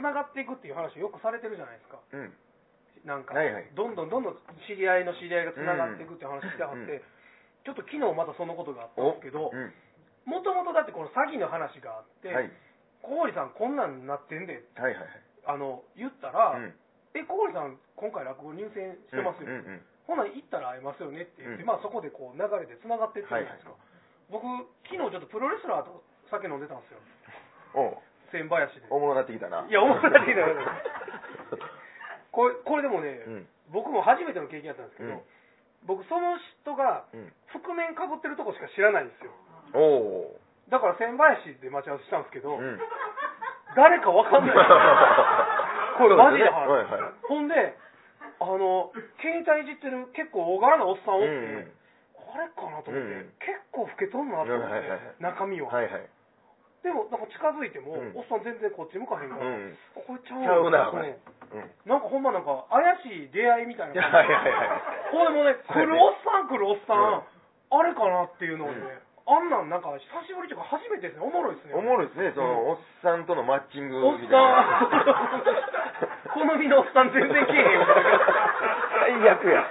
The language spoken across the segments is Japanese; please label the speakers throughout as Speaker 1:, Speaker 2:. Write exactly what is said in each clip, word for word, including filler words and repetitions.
Speaker 1: 繋がっていくっていう話をよくされてるじゃないですか。
Speaker 2: うん。
Speaker 1: なんか、
Speaker 2: はいはい、
Speaker 1: どんどんどんどん知り合いの知り合いが繋がっていくっていう話してはって、うんうん、ちょっと昨日またそのことがあったんですけど、もともとだってこの詐欺の話があって、はい、小堀さんこんなんなってんで、はいはいはい、あの言ったら、うん、え、小堀さん今回落語入選してますよ、うんうんうん、ほな行ったら会えますよねって言って、うん、まあそこでこう流れで繋がっていってるじゃないですか、はいはい、僕昨日ちょっとプロレスラーと酒飲んでたんですよ。おう、千林で。
Speaker 2: おもろなってきたな。
Speaker 1: いや、おもろなってきたよこれ、これでもね、うん、僕も初めての経験やったんですけど、うん、僕その人が覆面かぶってるとこしか知らないんですよ。おだから千林で待ち合わせしたんですけど、うん、誰かわかんないこれマジで話、ね、はいはい、ほんであの携帯いじってる結構大柄なおっさんおって、うんうん、あれかなと思って、うん、結構老けとんなと思って、はいはいはい、中身は、はいはい、でもなんか近づいても、うん、おっさん全然こっち向かへんから、うん、これちゃうな、これ、うん、なんかほんまなんか怪しい出会いみたいな感じで、ほんでもね、来るおっさん来るおっさん、うん、あれかなっていうのをね、うん、あんなんなんか久しぶりというか初めてですね。おもろいですね。
Speaker 2: おもろいですね。その、うん、おっさんとのマッチングみたいな。
Speaker 1: おっさん好みのおっさん全然来えへんみたいな。
Speaker 2: 最悪や。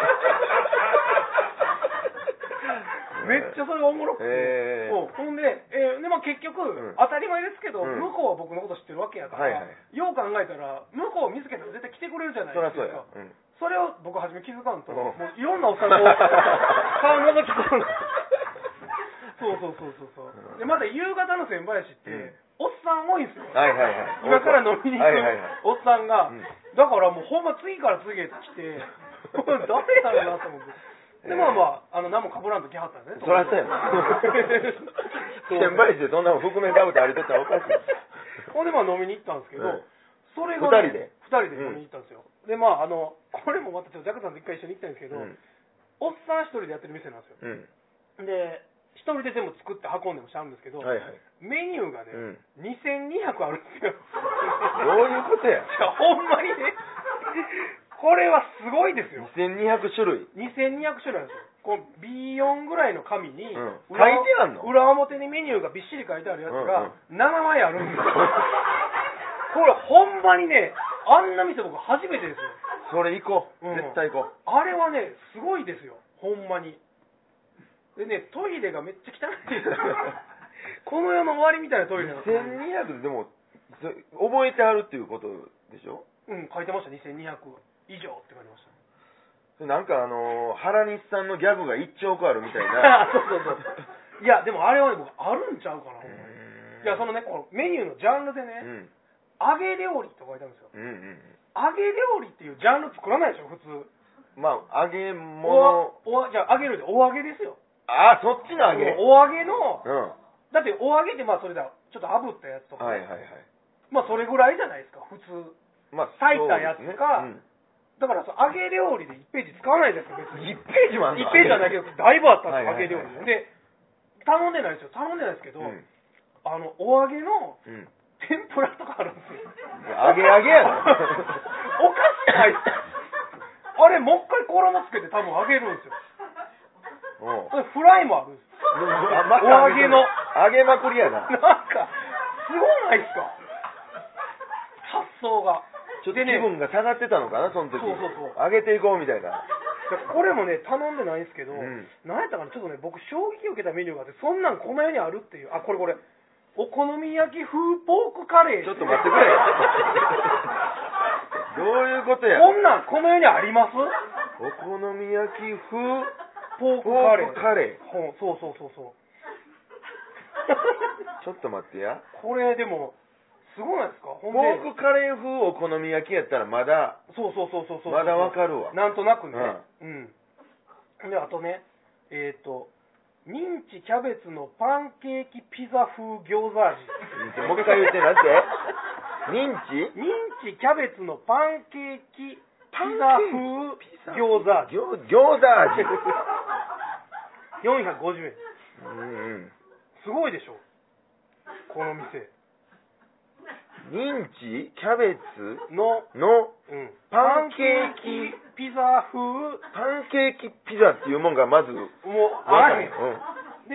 Speaker 1: めっちゃそれがおもろくて、えー、ほんで、えーでまあ、結局、うん、当たり前ですけど、うん、向こうは僕のこと知ってるわけやから、はいはい、よう考えたら向こうを見つけたら絶対来てくれるじゃないですか。 そ, そう、うん、それを僕初め気づかんと、うん、もういろんなおっさんと顔覗き込んでそうそうそうそうそう、でまた夕方の千林って、うん、おっさん多いんですよ、はいはいはい、今から飲みに行く、はいはいはい、おっさんが、うん、だからもうほんま次から次へと来て誰やろうなと思ってで、まあまあ、あの、何も被らんと来はったんですね。
Speaker 2: そらそうやな。千林でそんな覆面かぶって歩いとったらおかしい。
Speaker 1: ほんでまあ飲みに行ったんですけど、うん、それが、
Speaker 2: ね、二人で
Speaker 1: 二人で飲みに行ったんですよ。うん、で、まあ、あの、これもまたちょっとジャクさんと一回一緒に行きたいんですけど、うん、おっさん一人でやってる店なんですよ。うん、で、一人で全部作って運んでもしちゃうんですけど、はいはい、メニューがね、うん、にせんにひゃくあるんですよ。
Speaker 2: どういうことや。
Speaker 1: いや、ほんまにね。これはすごいですよ。
Speaker 2: にせんにひゃく種類。
Speaker 1: にせんにひゃく種類なんですよ。この ビーよん ぐらいの紙に、
Speaker 2: うん、書いてあんの？
Speaker 1: 裏表にメニューがびっしり書いてあるやつがななまいあるんですよ。これほんまにね、あんな店僕初めてですよ。
Speaker 2: それ行こう。うん、絶対行こう。
Speaker 1: あれはね、すごいですよ。ほんまに。でね、トイレがめっちゃ汚いですよ。この世の終わりみたいなトイレなんですよ。
Speaker 2: にせんにひゃくでも、覚えてあるっていうことでしょ？
Speaker 1: うん、書いてました。にせんにひゃく以上って書いてました。
Speaker 2: なんかあのー、原西さんのギャグがいちおくあるみたいな。
Speaker 1: そうそうそう。いや、でもあれはね、僕あるんちゃうかな。いや、そのね、このメニューのジャンルでね、うん、揚げ料理って書いてあるんですよ。うんうん、揚げ料理っていうジャンル作らないでしょ、普通。
Speaker 2: まあ、揚げ物。
Speaker 1: おおじゃあ、揚げるで、お揚げですよ。
Speaker 2: ああ、そっちの揚げ。
Speaker 1: お揚げの、うん、だってお揚げってまあそれだ、ちょっと炙ったやつとか、ね。はいはいはい。まあそれぐらいじゃないですか、普通。まあ、炊いたやつか、ね、うん、だからその揚げ料理でいちページ使わないですか、別に。
Speaker 2: いちページもあんの？
Speaker 1: いち ページじゃないけど、だいぶあったんですよ、揚げ料理で。で、頼んでないですよ、頼んでないですけど、うん、あの、お揚げの、うん、天ぷらとかあるんですよ。
Speaker 2: 揚げ揚げやな。
Speaker 1: おかしないっすか？あれ、もう一回衣つけて多分揚げるんですよ。フライもあるんです。お揚げの。
Speaker 2: 揚げまくりやな。
Speaker 1: なんか、すごないっすか？発想が。
Speaker 2: ちょっと気分が下がってたのかな、その時。そうそうそう。上げていこうみたいな。
Speaker 1: これもね、頼んでないんですけど、うん、何やったかな、ちょっとね、僕、衝撃を受けたメニューがあって、そんなんこの世にあるっていう、あ、これこれ、お好み焼き風ポークカレー。
Speaker 2: ちょっと待ってくれ。どういうことや。
Speaker 1: こんなんこの世にあります？
Speaker 2: お好み焼き風
Speaker 1: ポークカレー。
Speaker 2: ポークカレー。
Speaker 1: ほう、そうそうそうそう。
Speaker 2: ちょっと待ってや。
Speaker 1: これでも、すごいないですか？
Speaker 2: ポークカレー風お好み焼きやったらまだ、
Speaker 1: そうそうそうそうそう。
Speaker 2: まだわかるわ。
Speaker 1: なんとなくね。うん。うん、で、あとね、えっ、ー、と、ミンチキャベツのパンケーキピザ風餃子味。
Speaker 2: もう一回言って、なんて？ミンチ？
Speaker 1: ミンチキャベツのパンケーキピザ風餃子味。
Speaker 2: 餃子味。
Speaker 1: よんひゃくごじゅうえん。
Speaker 2: うんうん。
Speaker 1: すごいでしょ？この店。
Speaker 2: ミンチキャベツ
Speaker 1: の、
Speaker 2: の、
Speaker 1: うん、
Speaker 2: パンケーキ
Speaker 1: ピザ風
Speaker 2: パンケーキピザっていうもんがまず
Speaker 1: もうあらへん、うん、で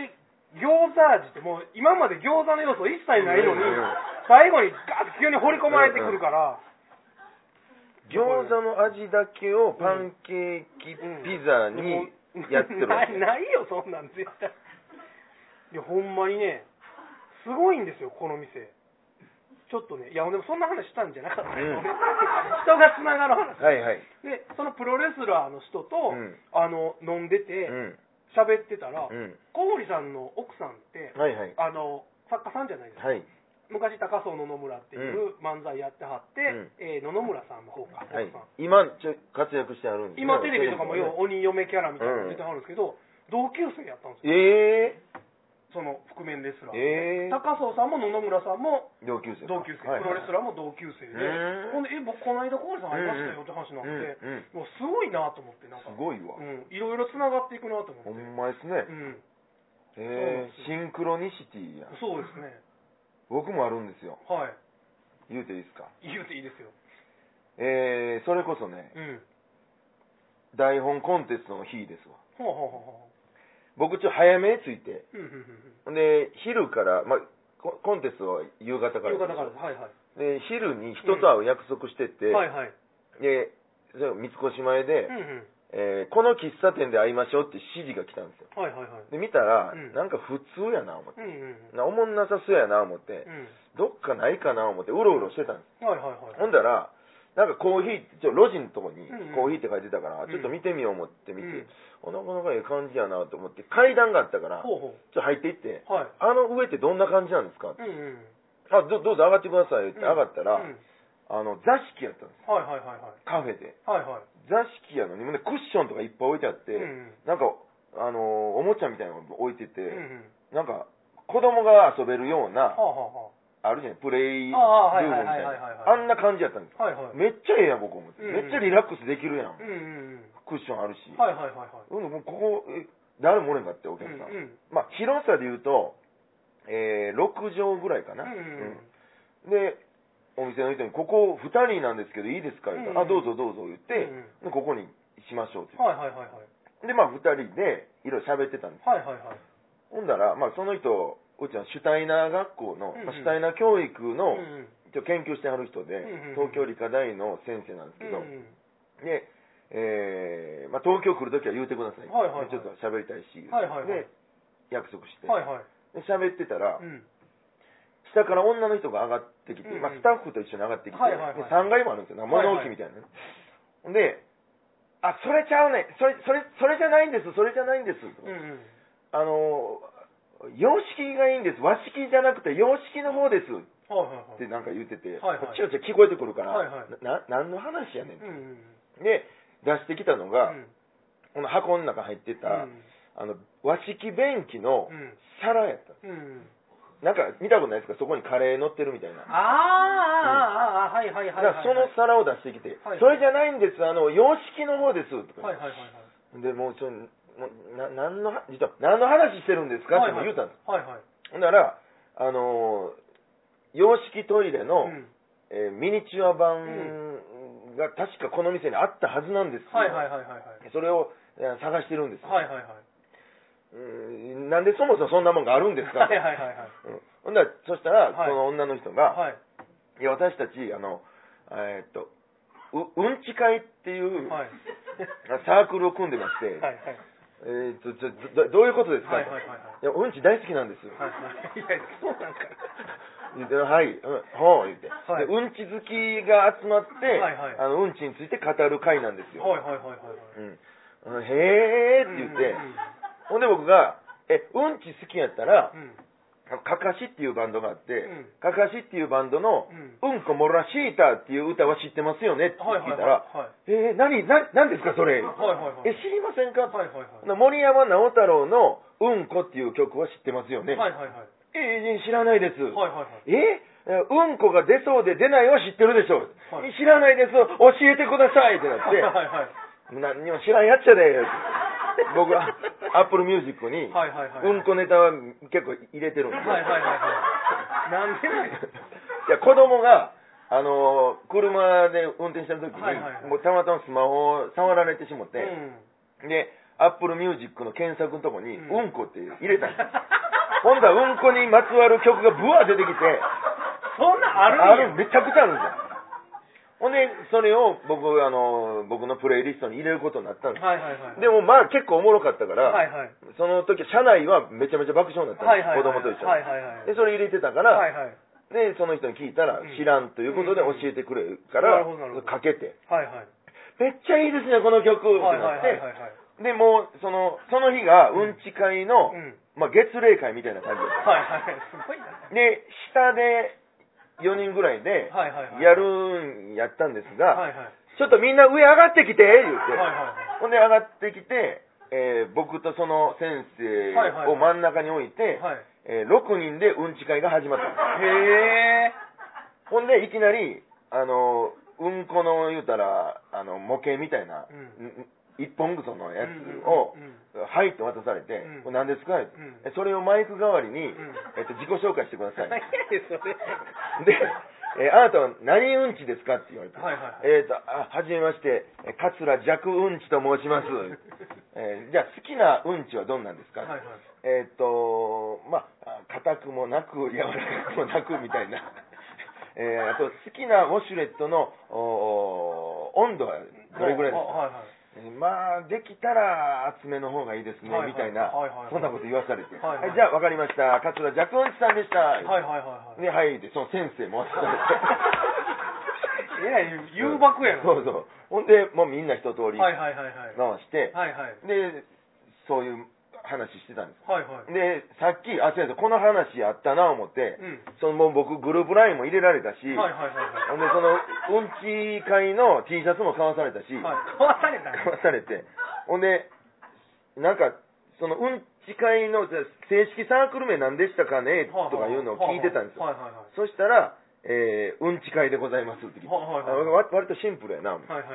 Speaker 1: 餃子味ってもう今まで餃子の要素一切ないのに、最後にガーッと急に掘り込まれてくるから、
Speaker 2: 餃子の味だけをパンケーキピザにやってるわけ、
Speaker 1: うん、ないないよそんなん絶対。いやほんまにねすごいんですよこの店。ちょっとね、いやでもそんな話したんじゃなかったよ、うん、人がつながる話、
Speaker 2: はいはい、
Speaker 1: でそのプロレスラーの人と、うん、あの飲んでて喋、うん、ってたら、うん、小堀さんの奥さんって、
Speaker 2: はいはい、
Speaker 1: あの作家さんじゃないですか、はい、昔高荘野々村っていう漫才やってはって、うんえー、野々村さんの方か、
Speaker 2: はい、今ちょ活躍してあるんです、ね、
Speaker 1: 今テレビとかもよう鬼嫁キャラみたいなの出てはるんですけど、うん、同級生やったんですよ。
Speaker 2: えー
Speaker 1: その覆面レスラー、
Speaker 2: えー、
Speaker 1: 高荘さんも野々村さんも
Speaker 2: 同級生
Speaker 1: 同級生、はいはい、プロレスラーも同級生で、ほんでえ僕この間小堀さん会いましたよって話になって、うんうん、もうすごいなと思って、なんか
Speaker 2: すごいわ、
Speaker 1: うん、いろいろつながっていくなと思って。
Speaker 2: ほんまですね、うん、えー、シンクロニシティや。
Speaker 1: そうですね、
Speaker 2: 僕もあるんですよ。
Speaker 1: はい、
Speaker 2: 言うていいですか。
Speaker 1: 言うていいですよ。
Speaker 2: えー、それこそね、うん、台本コンテストの日ですわ。
Speaker 1: ほうほうほうほう。
Speaker 2: 僕ちょっと早めに着いて、で昼から、まあ、コンテストは夕方から
Speaker 1: 夕方からです、はいはい、
Speaker 2: で昼に人と会う約束してて、うんはいはい、で三越前で、うんうんえー、この喫茶店で会いましょうって指示が来たんですよ、はいはいはい、で見たら、うん、なんか普通やな思って、うんうん、おもんなさそうやな思って、うん、どっかないかな思ってうろうろしてたんです、はいはいはい、ほんだらなんかコーヒー、ちょ路地のとこにコーヒーって書いてたから、うん、ちょっと見てみよう思って見て、うん、なかなかいい感じやなと思って、階段があったから、ほうほうちょっと入っていって、はい、あの上ってどんな感じなんですかって、うんうん、あど、どうぞ上がってくださいって上がったら、うん、あの座敷やったんです、はいはいはいはい、カフェで、はいはい、座敷やのに、ね、クッションとかいっぱい置いてあって、うんうん、なんか、あのー、おもちゃみたいなの置いてて、うんうん、なんか子供が遊べるような、はあはああるじゃないプレイルームみたいなあんな感じやったんです、はいはい、めっちゃええやん僕思って、うんうん、めっちゃリラックスできるやん、うんうん、クッションあるし、はいはいはいはい、うん、もうここえ誰もおれんかってお客さん、うんうん、まあ広さで言うと、えー、ろく畳ぐらいかな、うんうんうん、でお店の人にここふたりなんですけどいいですか言ったら、うんうん、あどうぞどうぞ言って、うんうん、ここにしましょうって、はいはいはいはい、でまあふたりでいろいろ喋ってたんです、はいはいはい、ほんだらまあその人うちはシュタイナー学校の、うんうんまあ、シュタイナー教育の、うんうん、研究してはる人で、うんうん、東京理科大の先生なんですけど、うんうん、で、えーまあ、東京来るときは言うてください、はいはいはい、ちょっと喋りたいし、はいはいはい、で約束して、はいはい、で喋ってたら、うん、下から女の人が上がってきて、うんうんまあ、スタッフと一緒に上がってきて、はいはいはい、でさんがいもあるんですよ、物置みたいな、はいはい、であそれちゃうねそれそれそれじゃないんですそれじゃないんです、うんうん、あの洋式がいいんです和式じゃなくて洋式の方ですってなんか言ってて、はいはい、チラチラ聞こえてくるから、はいはい、な何の話やねんって、うんうん、で出してきたのが、うん、この箱の中入ってた、うん、あの和式便器の皿やった、うんうん、なんか見たことないですかそこにカレー乗ってるみたいな、
Speaker 1: ああ、うん、ああはいはいはい、はい、
Speaker 2: その皿を出してきて、はいはい、それじゃないんですあの洋式の方ですとか、はいはいはいはい、でもうちょもうな何の実は何の話してるんですかって言うたんです、はいはいはいはい、ほんならあのー、洋式トイレの、うんえー、ミニチュア版が確かこの店にあったはずなんですよ、はいはいはいはい、それを探してるんですよ、はいはいはい、うんなんでそもそもそんなもんがあるんですか、はいはいはいはい、うん、ほんならそしたら、はい、その女の人が、はい、いや私たちあのえー、っとううんち会っていう、はい、サークルを組んでまして、はいはいえー、とちょどどういうことですか、はいはいはいはい、いやうんち大好きなんです、はいはい、いやそうなんかはい、うん、ほう言って、はい、でうんち好きが集まって、はいはい、あのうんちについて語る会なんですよ、はいはいはいはい、うん、へーって言って、うんうんうん、ほんで僕がえうんち好きやったら、うんかかしっていうバンドがあって、うん、かかしっていうバンドの、うん、うんこ漏らしーたっていう歌は知ってますよねって聞いたら、はいはいはい、えー、何、な、何ですかそれ、はいはいはい、え、知りませんか、はいはいはい、森山直太朗のうんこっていう曲は知ってますよね、はいはいはい、えー、知らないです、はいはいはい、えうんこが出そうで出ないは知ってるでしょう、はい、知らないです、教えてくださいってなって、はいはいはい、何にも知らんやっちゃで僕はアップルミュージックにうんこネタは結構入れてるんですよ。はいはいはいはい。なんでなんいや子供があの車で運転してる時に、はいはいはい、もうたまたまスマホを触られてしもって、うん、でアップルミュージックの検索のとこに、うん、うんこって入れたんです。 今度はうんこにまつわる曲がブワー出てきて、
Speaker 1: そんなあるんや。
Speaker 2: ある、めちゃくちゃあるんですよ。ほんで、それを僕、あの、僕のプレイリストに入れることになったんです。
Speaker 1: はいはいはい。
Speaker 2: でもまあ結構おもろかったから、
Speaker 1: はいはい、
Speaker 2: その時、社内はめちゃめちゃ爆笑になったんです、
Speaker 1: はいはいはい、
Speaker 2: 子供と一緒に、
Speaker 1: はいはいはい。
Speaker 2: で、それ入れてたから、
Speaker 1: はいはい、
Speaker 2: で、その人に聞いたら、知らんということで教えてくれるから、かけて、
Speaker 1: はいはい、
Speaker 2: めっちゃいいですね、この曲ってなって、で、もう、その、その日がうんち会の、うん、まあ月例会みたいな感じでした。
Speaker 1: はいはい、すごいな。
Speaker 2: で、下でよにんぐらいで、やるんやったんですが、はいはい、ちょっとみんな上上がってきて、言って、はいはいはい、ほんで上がってきて、えー、僕とその先生を真ん中に置いて、はいはいはい、えー、ろくにんでうんち会が始まったんです。へー。ほんで、いきなり、あの、うんこの言うたら、あの、模型みたいな、うん、一本ぐそのやつを、はいって渡されて、これ何ですか、うん、それをマイク代わりに、うん、えっと、自己紹介してください。で、えー、あなたは何うんちですかって言われて、はいはいはい、えっと、あ、はじめまして、桂弱うんちと申します。えー、じゃあ、好きなうんちはどんなんですか、はいはい、えっと、まあ、硬くもなく、柔らかくもなくみたいな。えー、あと、好きなウォシュレットの温度はどれぐらいですか、はいはい、まあ、できたら厚めの方がいいですね、はいはい、みたいな、はいはい、そんなこと言わされて、はいはいはい、じゃあ分かりました、桂弱うんちさんでした。はいはいはい。で、はい、で、その先生も渡されて。
Speaker 1: えらい誘惑やな。
Speaker 2: そうそう。ほんで、もうみんな一通り回して、
Speaker 1: はいはい、
Speaker 2: で、そういう話してたんです。
Speaker 1: はいはい、
Speaker 2: で、さっき、あ、先生、この話あったな思って、うん、そのもう僕、グループラインも入れられたし、はいはいはいはい、ほんで、その、うんち会の T シャツも買わされたし、
Speaker 1: はい、買わされた
Speaker 2: 買わされて、ほんで、なんか、その、うんち会の正式サークル名何でしたかね、とかいうのを聞いてたんですよ。はいはいはい、そしたら、えー、うんち会でございますって聞いて、はいはいはい、割とシンプルやな、はいはいはい、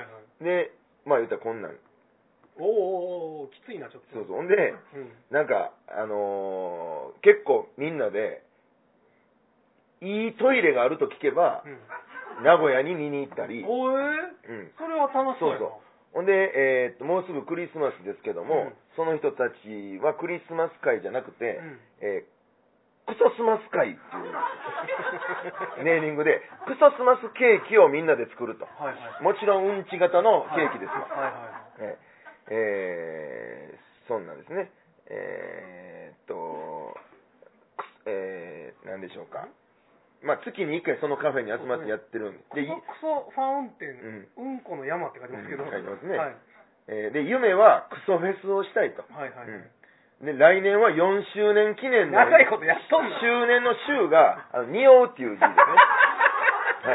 Speaker 2: で、まあ言ったらこんなん。
Speaker 1: おーおーおー、きついな、ちょっと。
Speaker 2: そうそう。ほんで、うん、なんか、あのー、結構みんなで、いいトイレがあると聞けば、うん、名古屋に見に行ったり。
Speaker 1: おえー、うん、それは楽しそうやな。そうそう。
Speaker 2: ほんで、えー、っと、もうすぐクリスマスですけども、うん、その人たちはクリスマス会じゃなくて、うん、えークソスマス会っていうネーミングで、クソスマスケーキをみんなで作ると。はいはい、もちろんうんち型のケーキですよ。はいはいはい、えーえー、そんなんですね。えー、っと、えー、なんでしょうか。まあ、月にいっかいそのカフェに集まってやってるんで。
Speaker 1: クソクソファウンテン、うん、うんこの山って書いてますけど。
Speaker 2: うん、書いてますね。
Speaker 1: はい、
Speaker 2: えー、で、夢はクソフェスをしたいと。はいはいはい、うんで、来年はよんしゅうねん記念の、
Speaker 1: 長いことやっとんの
Speaker 2: 周年の週が、あの、匂うっていう字ですね。はい。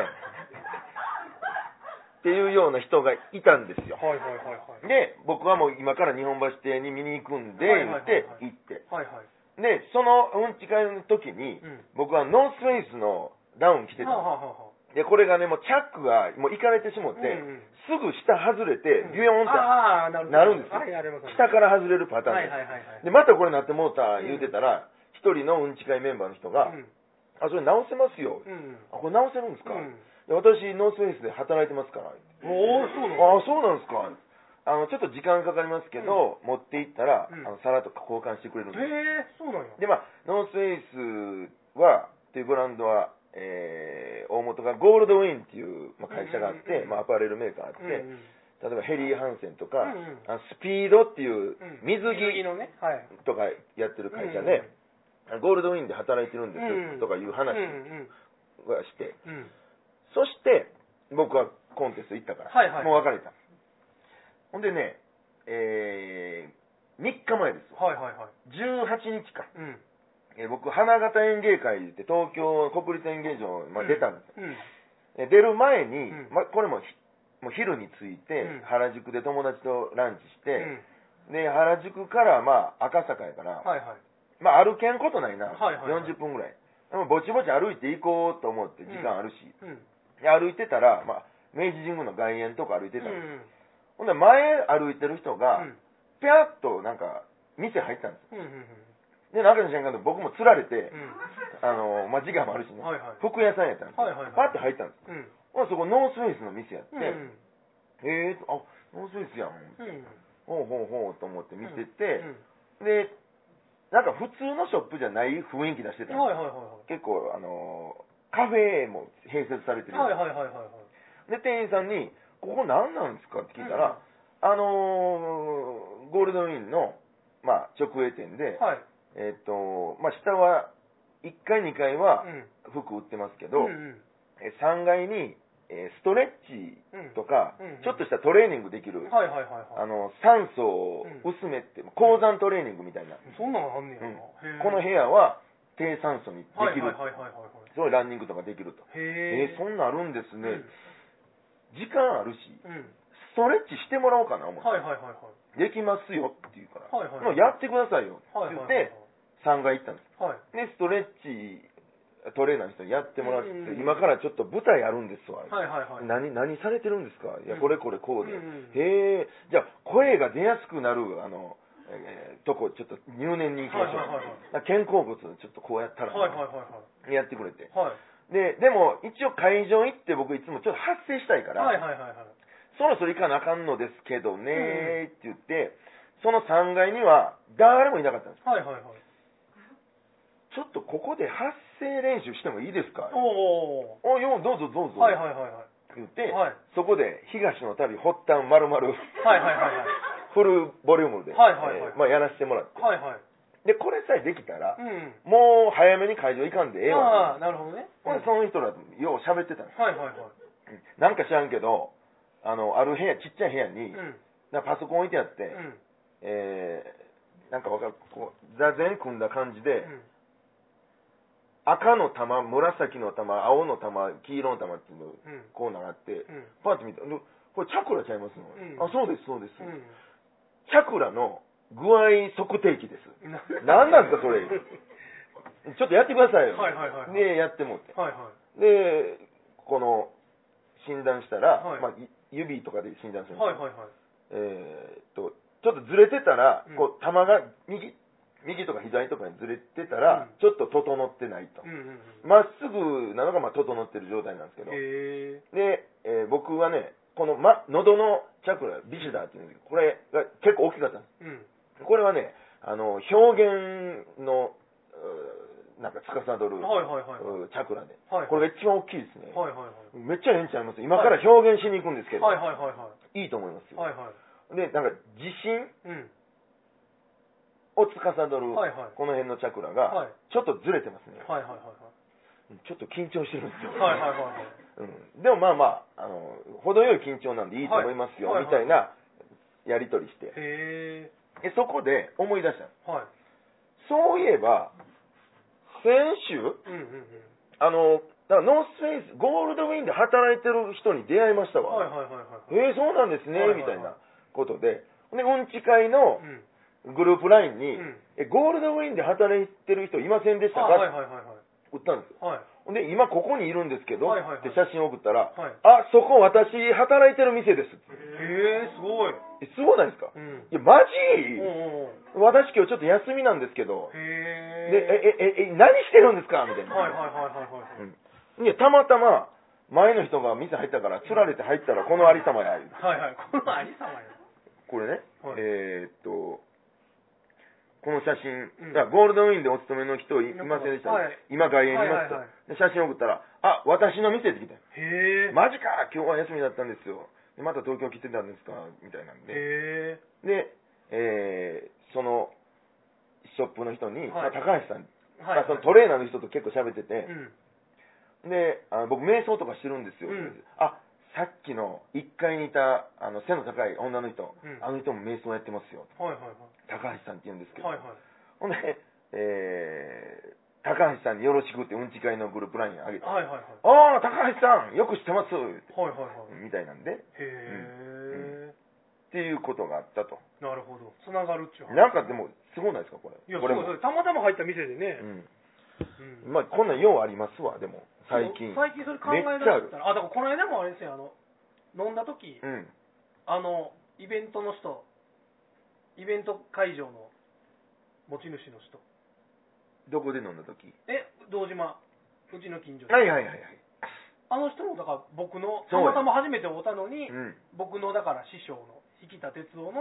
Speaker 2: っていうような人がいたんですよ。はいはいはいはい。で、僕はもう今から日本橋邸に見に行くんで、言って行って。はいはい。で、そのうんち会の時に、うん、僕はノースフェイスのダウン着てたんです。はあはあはあ、で、これがね、もうチャックがもういかれてしもって、うんうん、すぐ下外れて、ビヨーンってなるんですよ。下から外れるパターンです。はいはいはいはい、で、またこれなってもうた言うてたら、一、うん、人のうんち会メンバーの人が、うん、あ、それ直せますよ。うん、あ、これ直せるんですか、うん、で私、ノースフェイスで働いてますから。
Speaker 1: おー、そうなん、
Speaker 2: あ、そうなんですか。あの、ちょっと時間かかりますけど、うん、持って行ったら、うん、あの、皿とか交換してくれるんです。
Speaker 1: へえ、そうなんや。
Speaker 2: で、まあ、ノースフェイスは、っていうブランドは、えー、大元がゴールドウィンっていう、まあ、会社があって、うんうんうん、まあ、アパレルメーカーあって、うんうん、例えばヘリー・ハンセンとか、うんうん、あのスピードっていう水着とかやってる会社で、うんうん、ゴールドウィンで働いてるんです、うんうん、とかいう話はして、うんうん、そして僕はコンテスト行ったから、はいはい、もう別れた。ほんでね、えー、みっかまえですよ、はいはいはい、じゅうはちにちか、うん、えー、僕花形演芸会って東京国立演芸場に、まあ、出たんですよ、うん、出る前に、うん、まあ、これももう昼に着いて、うん、原宿で友達とランチして、うん、で原宿からまあ赤坂やから、はいはい、まあ歩けんことないな、はいはいはい、よんじゅっぷんぐらいでもぼちぼち歩いていこうと思って時間あるし、うんうん、で歩いてたら、まあ、明治神宮の外苑とか歩いてたんです、うん、ほんで前歩いてる人が、うん、ぴゃっとなんか店入ったんです、うんうんうん、で中の瞬間で僕もつられて、うん、あのまあ、時間もあるしね、はいはい、服屋さんやったんです、はいはいはい、パッて入ったんです、うん、ほらそこノースフェイスの店やって、うん、えーと、あ、ノースフェイスやん、うん、ほうほうほうと思って見てて、うんうん、でなんか普通のショップじゃない雰囲気出してたんです。はいはいはいはい、結構、あのー、カフェも併設されてる。はいはいはいはい。で、店員さんに、ここ何なんですかって聞いたら、うん、あのー、ゴールドウィンの、まあ、直営店で、はい、えっと、まあ、下はいっかい、にかいは服売ってますけど、うんうん、さんがいに、えー、ストレッチとか、うんうんうん、ちょっとしたトレーニングできる、はいはいはいはい、あの酸素を薄めて、うん、高山トレーニングみたいな、
Speaker 1: そんなのあんねやな、
Speaker 2: うん、この部屋は低酸素にできる、すごいランニングとかできると。へえー、そんなあるんですね、うん、時間あるし、うん、ストレッチしてもらおうかな思って、はいはいはいはい、できますよって言うから、はいはいはい、もうやってくださいよって言って、はいはいはいはい、さんがい行ったんです、はい、でストレッチトレーナーの人にやってもらって、うんうんうん、今からちょっと舞台あるんですわ、はいはいはい、何何されてるんですか、いやこれこれこうで、うんうんうん、へえ、じゃあ声が出やすくなるあの、えー、とこちょっと入念に行きましょう、はいはいはい、肩甲骨ちょっとこうやったら、はいはいはいはい、やってくれて、はい、ででも一応会場行って僕いつもちょっと発声したいから、はいはいはいはい、そろそろ行かなあかんのですけどねって言って、そのさんがいには誰もいなかったんです、はいはいはい、ちょっとここで発声練習してもいいですか、おおおよどうぞどうぞ、はいはいはいはい、言って、はい、そこで東の旅発端丸々、はいはいはいはい、フルボリュームで、はいはいはい、えーまあ、やらせてもらって、はいはい、でこれさえできたら、うん、もう早めに会場行かんでええわ、あ、なるほどね、うん、その人らとよう喋ってたんです、はいはいはい、なんか知らんけど、あのある部屋、ちっちゃい部屋に、うん、なんかパソコン置いてあって、うん、えー、なんかわかる、こう座禅組んだ感じで、うん、赤の玉、紫の玉、青の玉、黄色の玉っていうのをこう習って、うん、パーッと見たら、これチャクラちゃいますの、うん、あ、そうですそうです、うん、チャクラの具合測定器です。何なんですかそれ。ちょっとやってくださいよ。はいはいはい、でやってもって、はいはい、でこの診断したら、はい、まあ、指とかで診断するんですけど、はいはいはい、えー、っとちょっとずれてたら、うん、こう玉が右右とか左とかにずれてたら、うん、ちょっと整ってないと。ま、うんうん、っすぐなのがまあ整ってる状態なんですけど。へで、えー、僕はね、この、ま、喉のチャクラ、ビシュダーっていうんですけど、これが結構大きかったんです。うん、これはね、あの、表現の、なんか司る、はいはいはい、チャクラで、はいはい。これが一番大きいですね。はいはいはい、めっちゃええんちゃいます。今から表現しに行くんですけど、はいはいはいはい、いいと思いますよ。はいはい、で、なんか自信、うんを司る、はいはい、この辺のチャクラがちょっとずれてますね、はいはいはいはい、ちょっと緊張してるんですよ、はいはいはいはい、うん、でもまあまあ、あの程よい緊張なんでいいと思いますよ、はい、みたいなやり取りして、へでそこで思い出したの、はい、そういえば先週、うんうんうん、あのだからノースフェイスゴールドウィンで働いてる人に出会いましたわ、はいはいはいはい、えー、そうなんですね、はいはいはい、みたいなことで、でうんち会の、うんグループラインに、うん、えゴールドウィンで働いてる人いませんでしたか、はいはいはいはい、送ったんですよ、はい、で今ここにいるんですけど、はいはいはい、って写真送ったら、はい、あそこ私働いてる店ですって。へえすごいえすごいないですか、うん、いやマジ、うんうん、私今日ちょっと休みなんですけど、へでえええ何してるんですかみたいな、はいはいはいはいはい、うん、いやたまたま前の人が店入ったからつられて入ったらこのありさまや、はいはい、このありさまやこれね、はい、えー、っとこの写真、うん、ゴールドウィンでお勤めの人いませんでした、はい、今外苑にいますと、はいはいはい、で写真送ったら、あ、私の店って来た。へーマジか今日は休みだったんですよ、でまた東京来てたんですかみたいなんで、へーで、えー、そのショップの人に、はいまあ、高橋さん、はいまあ、そのトレーナーの人と結構喋ってて、うん、であの僕瞑想とかしてるんですよ、うん、あさっきのいっかいにいたあの背の高い女の人、うん、あの人も瞑想やってますよ、はいはいはい、高橋さんって言うんですけど、はいはい、ほんで、えー、高橋さんによろしくってうんち会のグループラインあげて、はいはいはい、ああ高橋さんよく知ってますって、はいはいはい、みたいなんで、へー、うんうん、っていうことがあったと。なるほど、つながるっちゅう話なんかでもすごいないですかこれ。いやこれもたまたま入った店でね、うんうん、まあこんなんようありますわ。でも最近最近それ考え出したら、あだからこの間もあれですよ、あの飲んだ時、うん、あのイベントの人、イベント会場の持ち主の人、どこで飲んだ時？え堂島、うちの近所で、はいはいはいはい、あの人もだから僕のたまたま初めて会ったのに、うん、僕のだから師匠の引田哲夫の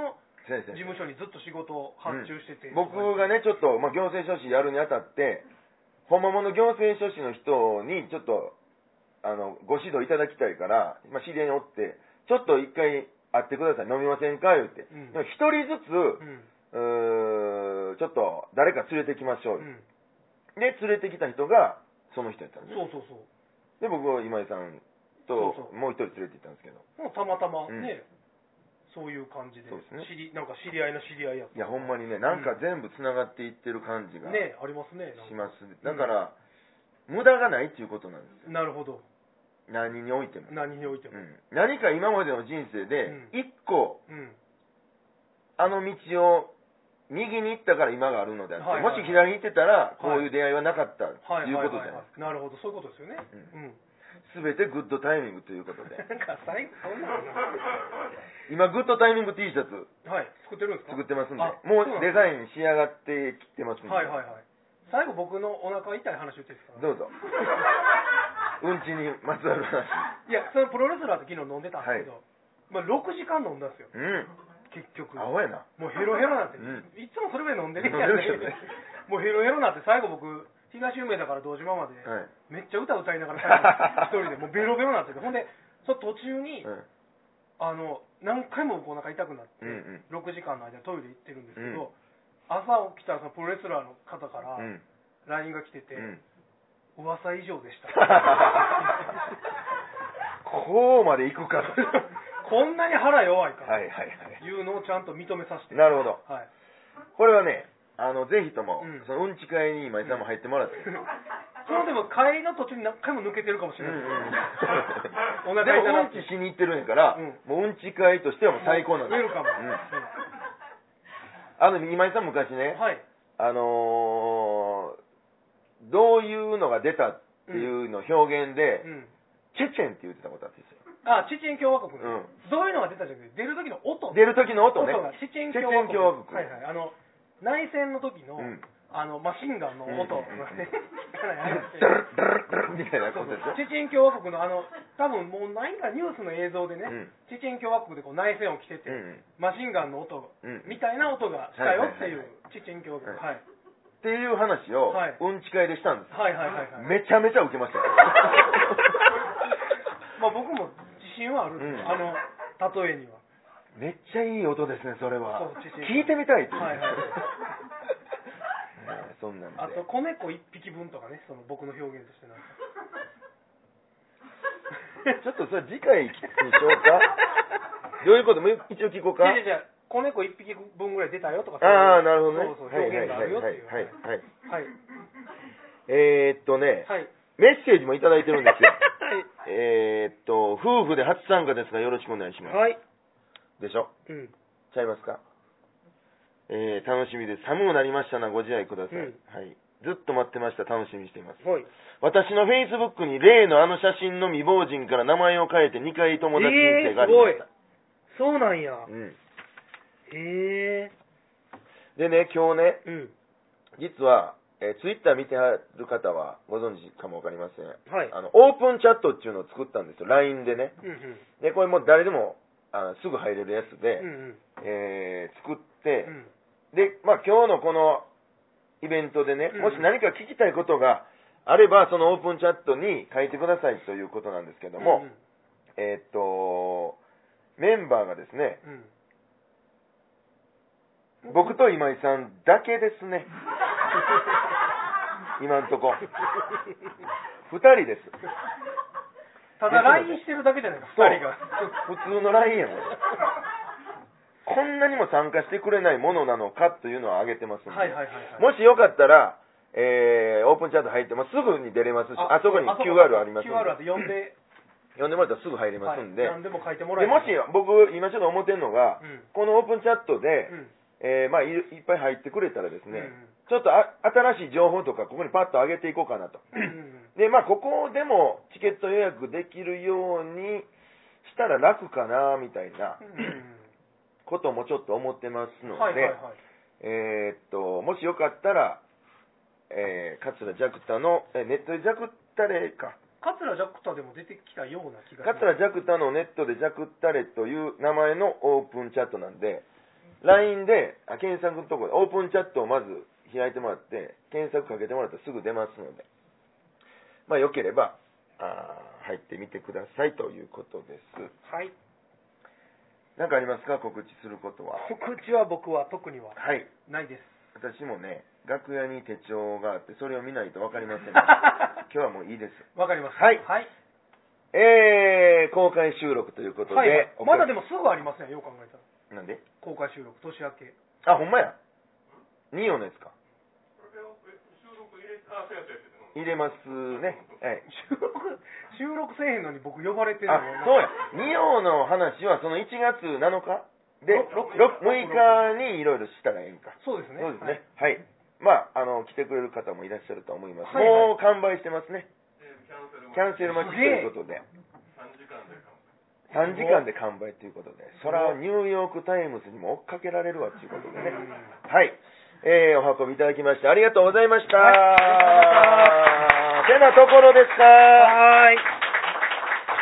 Speaker 1: 事務所にずっと仕事を発注してて、
Speaker 2: うん、僕がねちょっと、まあ、行政書士やるにあたって本物の行政書士の人にちょっとあのご指導いただきたいから、まあ、知り合いにおってちょっと一回会ってください飲みませんか言って、うん、でも一人ずつ、うん、うちょっと誰か連れてきましょう、うん、で連れてきた人がその人やったんです。
Speaker 1: そうそうそう。
Speaker 2: で僕は今井さんともう一人連れて行ったんですけど、
Speaker 1: もうたまたまね、うん、そういう感じで、そうですね、知りなんか知り合いの知り合いやった。
Speaker 2: いやほんまにね、なんか全部つながっていってる感じが、
Speaker 1: ね、ありますね。
Speaker 2: します。だから、うん、無駄がないっていうことなんですよ。
Speaker 1: なるほど。
Speaker 2: 何においても。
Speaker 1: 何においても。うん、
Speaker 2: 何か今までの人生で一個、うん、あの道を右に行ったから今があるのであって、はいはいはい、もし左に行ってたらこういう出会いはなかったということじゃないですか。
Speaker 1: なるほど、そういうことですよね。
Speaker 2: すべ、うん、てグッドタイミングということで。
Speaker 1: なんか最後そんなの
Speaker 2: 今グッドタイミング T シャツ、
Speaker 1: はい、作ってるんですか？
Speaker 2: 作ってますんで、もうデザイン仕上がってきてますんで。
Speaker 1: はいはいはい。最後僕のお腹痛い話言っていいですか？
Speaker 2: どうぞ。うんちにまつわる話。
Speaker 1: いや、そのプロレスラーって昨日飲んでたんですけど、はい、まあろくじかん飲んだんですよ。うん。結局。
Speaker 2: アホやな。
Speaker 1: もうヘロヘロなんて、うん、いつもそれぐらい飲んでるやんね。もうヘロヘロなんて最後僕、東梅田から堂島まで、はい、めっちゃ歌歌いながら一人でもうベロベロになってて、ほんで、その途中に、うん、あの、何回もお腹痛くなって、うんうん、ろくじかんの間トイレ行ってるんですけど、うん、朝起きたらそのプロレスラーの方から ライン が来てて、うん噂以上でした。
Speaker 2: こうまで行くかと。
Speaker 1: こんなに腹弱いか
Speaker 2: はいはいはい。
Speaker 1: いうのをちゃんと認めさせて。
Speaker 2: なるほど。はい。これはね、あのぜひとも、うん、そのうんち会に今井さんも入ってもらって。
Speaker 1: そのでも帰りの途中に何回も抜けてるかもしれない。
Speaker 2: うんうん、お腹痛なって。でもうんちしに行ってるんやから、うん、もううんち会としてはもう最高なんです。
Speaker 1: ウェルカム。うん、
Speaker 2: あの今井さん昔ね、はい、あのー。どういうのが出たっていうのを表現で、うん、チェチェンって言ってたことあってですよ。
Speaker 1: あ、チェチェン共和国、うん。どういうのが出たじゃなくて、出る時の音。
Speaker 2: 出る時の音ね。
Speaker 1: 音がチェチェン共和国。共和国はいはい。あの、内戦の時の、うん、あの、マシンガンの音がね、
Speaker 2: ドルドルドルみたいなことでしょ。
Speaker 1: チェチェン共和国のあの、多分もう何かニュースの映像でね、うん、チェチェン共和国でこう内戦を着てて、うん、マシンガンの音、うん、みたいな音がしたよっていう、チェチェン共和国。はい。
Speaker 2: っていう話を、はい、うんち会でしたんです。
Speaker 1: はいはいはい、はい。
Speaker 2: めちゃめちゃ受けましたよ。
Speaker 1: まあ僕も自信はあるんですよ、うん、あの例えには。
Speaker 2: めっちゃいい音ですね、それは。聞いてみたいって。はいはい。そんなんで。
Speaker 1: あと、子猫一匹分とかね、その僕の表現としてなん
Speaker 2: か。ちょっとそれ次回にしようか。どういうことも一応聞こうか。
Speaker 1: いやいや子猫一匹分ぐらい出たよとか。
Speaker 2: ああ、なるほどね。
Speaker 1: そうそう、表現があるよっていう。
Speaker 2: はいはいはい。はい。えーっとね、はい、メッセージもいただいてるんですよ。はい。えーっと、夫婦で初参加ですがよろしくお願いします。
Speaker 1: はい。
Speaker 2: でしょ？うん。ちゃいますか？えー、楽しみです。寒くなりましたな、ご自愛ください。うん、はい。ずっと待ってました。楽しみにしています。はい。私のフェイスブックに例のあの写真の未亡人から名前を変えてにかい友達人生がありました。
Speaker 1: えー、すごい。そうなんや。
Speaker 2: うん。
Speaker 1: へえ
Speaker 2: ー。でね、今日ね、うん、実は、えー、ツイッター見てはる方はご存知かもわかりません。はい。あの、オープンチャットっていうのを作ったんですよ。ライン でね。うんうん、で、これもう誰でもあすぐ入れるやつで、うんうん、えー、作って、うん、で、まあ今日のこのイベントでね、うんうん、もし何か聞きたいことがあれば、そのオープンチャットに書いてくださいということなんですけども、うんうん、えー、っと、メンバーがですね、うん、僕と今井さんだけですね。今んとこ。二人です。
Speaker 1: ただ ライン してるだけじゃないですか、二人が。
Speaker 2: 普通の ライン やもん。こんなにも参加してくれないものなのかというのを挙げてますんで、はいはいはいはい、もしよかったら、えー、オープンチャット入って、まあ、すぐに出れますし、あ, あそこに キューアール ありますんで。
Speaker 1: キューアール あって読んで。
Speaker 2: 読んでもらったらすぐ入れますんで。
Speaker 1: はい、何でも書いてもらえ
Speaker 2: る。もし、僕、今ちょっと思ってるのが、うん、このオープンチャットで、うんえー、まあい、いっぱい入ってくれたらですね、うん、ちょっとあ新しい情報とかここにパッと上げていこうかなと。うんうん、で、まあ、ここでもチケット予約できるようにしたら楽かな、みたいなこともちょっと思ってますので、はいはいはい、えー、っと、もしよかったら、えー、桂ジャクタの、えネットでジャクタレか。
Speaker 1: 桂ジャクタでも出てきたような気がします。
Speaker 2: 桂ジャクタのネットでジャクタレという名前のオープンチャットなんで、 ライン で、あ検索のところで、オープンチャットをまず開いてもらって、検索かけてもらったらすぐ出ますので、まあ、よければ、あ入ってみてくださいということです。
Speaker 1: はい。
Speaker 2: 何かありますか、告知することは。
Speaker 1: 告知は僕は特にはないです。
Speaker 2: はい、私もね、楽屋に手帳があって、それを見ないと分かりません。今日はもういいです。
Speaker 1: わかります。
Speaker 2: はい。
Speaker 1: はい。
Speaker 2: えー、公開収録ということで。はい、
Speaker 1: まだでもすぐありますね、よう考えた
Speaker 2: ら。なんで
Speaker 1: 公開収録、年明け。
Speaker 2: あ、ほんまや。ニオのやつか。入れますね。はい。
Speaker 1: 収録、収録せえへんのに僕呼ばれてるの。
Speaker 2: あ、そうや。ニオの話はそのいちがつなのかで、むいかにいろいろしたらええんか。
Speaker 1: そうですね。
Speaker 2: そうですね。はい。まあ、あの、来てくれる方もいらっしゃると思います。はいはい、もう完売してますね。キャンセル待ちということで。さんじかんで完売ということで。そら、ニューヨークタイムズにも追っかけられるわということでね。はい。えー、お運びいただきましてありがとうございました。てなところですか。
Speaker 1: はーい。